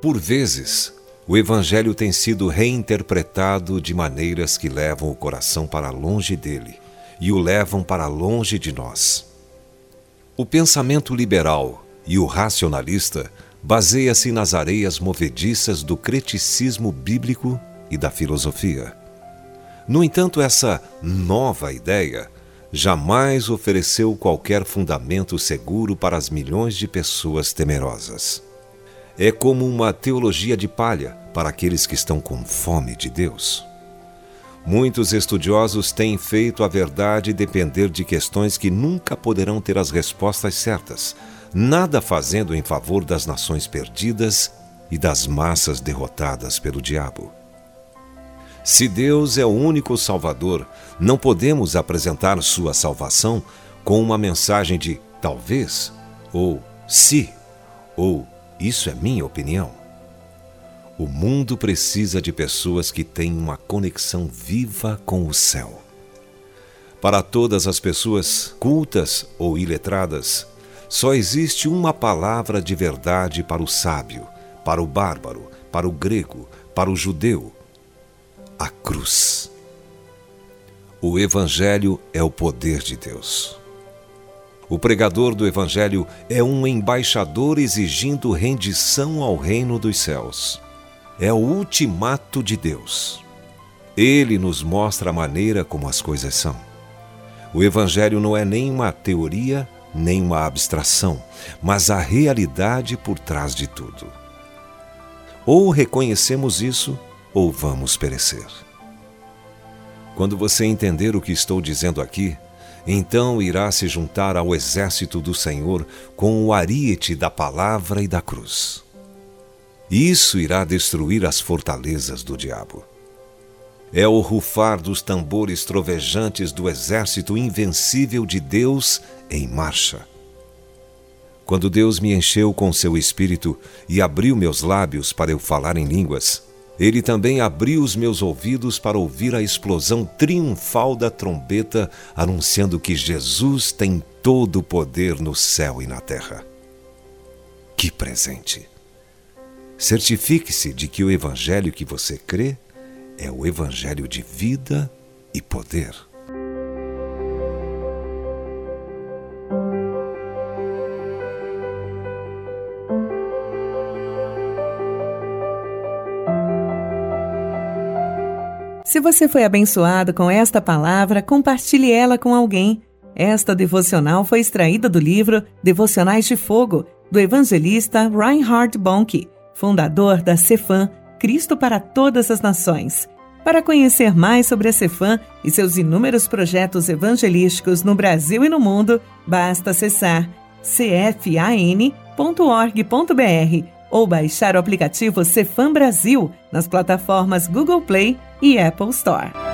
Por vezes, o Evangelho tem sido reinterpretado de maneiras que levam o coração para longe dele e o levam para longe de nós. O pensamento liberal e o racionalista baseia-se nas areias movediças do criticismo bíblico e da filosofia. No entanto, essa nova ideia jamais ofereceu qualquer fundamento seguro para as milhões de pessoas temerosas. É como uma teologia de palha para aqueles que estão com fome de Deus. Muitos estudiosos têm feito a verdade depender de questões que nunca poderão ter as respostas certas, nada fazendo em favor das nações perdidas e das massas derrotadas pelo diabo. Se Deus é o único Salvador, não podemos apresentar sua salvação com uma mensagem de talvez, ou se, ou isso é minha opinião. O mundo precisa de pessoas que têm uma conexão viva com o céu. Para todas as pessoas cultas ou iletradas, só existe uma palavra de verdade para o sábio, para o bárbaro, para o grego, para o judeu: a cruz. O Evangelho é o poder de Deus. O pregador do Evangelho é um embaixador exigindo rendição ao reino dos céus. É o ultimato de Deus. Ele nos mostra a maneira como as coisas são. O Evangelho não é nem uma teoria, nem uma abstração, mas a realidade por trás de tudo. Ou reconhecemos isso, ou vamos perecer. Quando você entender o que estou dizendo aqui, então irá se juntar ao exército do Senhor com o ariete da palavra e da cruz. Isso irá destruir as fortalezas do diabo. É o rufar dos tambores trovejantes do exército invencível de Deus em marcha. Quando Deus me encheu com seu Espírito e abriu meus lábios para eu falar em línguas, Ele também abriu os meus ouvidos para ouvir a explosão triunfal da trombeta anunciando que Jesus tem todo o poder no céu e na terra. Que presente! Certifique-se de que o Evangelho que você crê é o Evangelho de vida e poder. Se você foi abençoado com esta palavra, compartilhe ela com alguém. Esta devocional foi extraída do livro Devocionais de Fogo, do evangelista Reinhard Bonnke, fundador da CFAM, Cristo para Todas as Nações. Para conhecer mais sobre a CFAM e seus inúmeros projetos evangelísticos no Brasil e no mundo, basta acessar cfan.org.br ou baixar o aplicativo CFAM Brasil nas plataformas Google Play e Apple Store.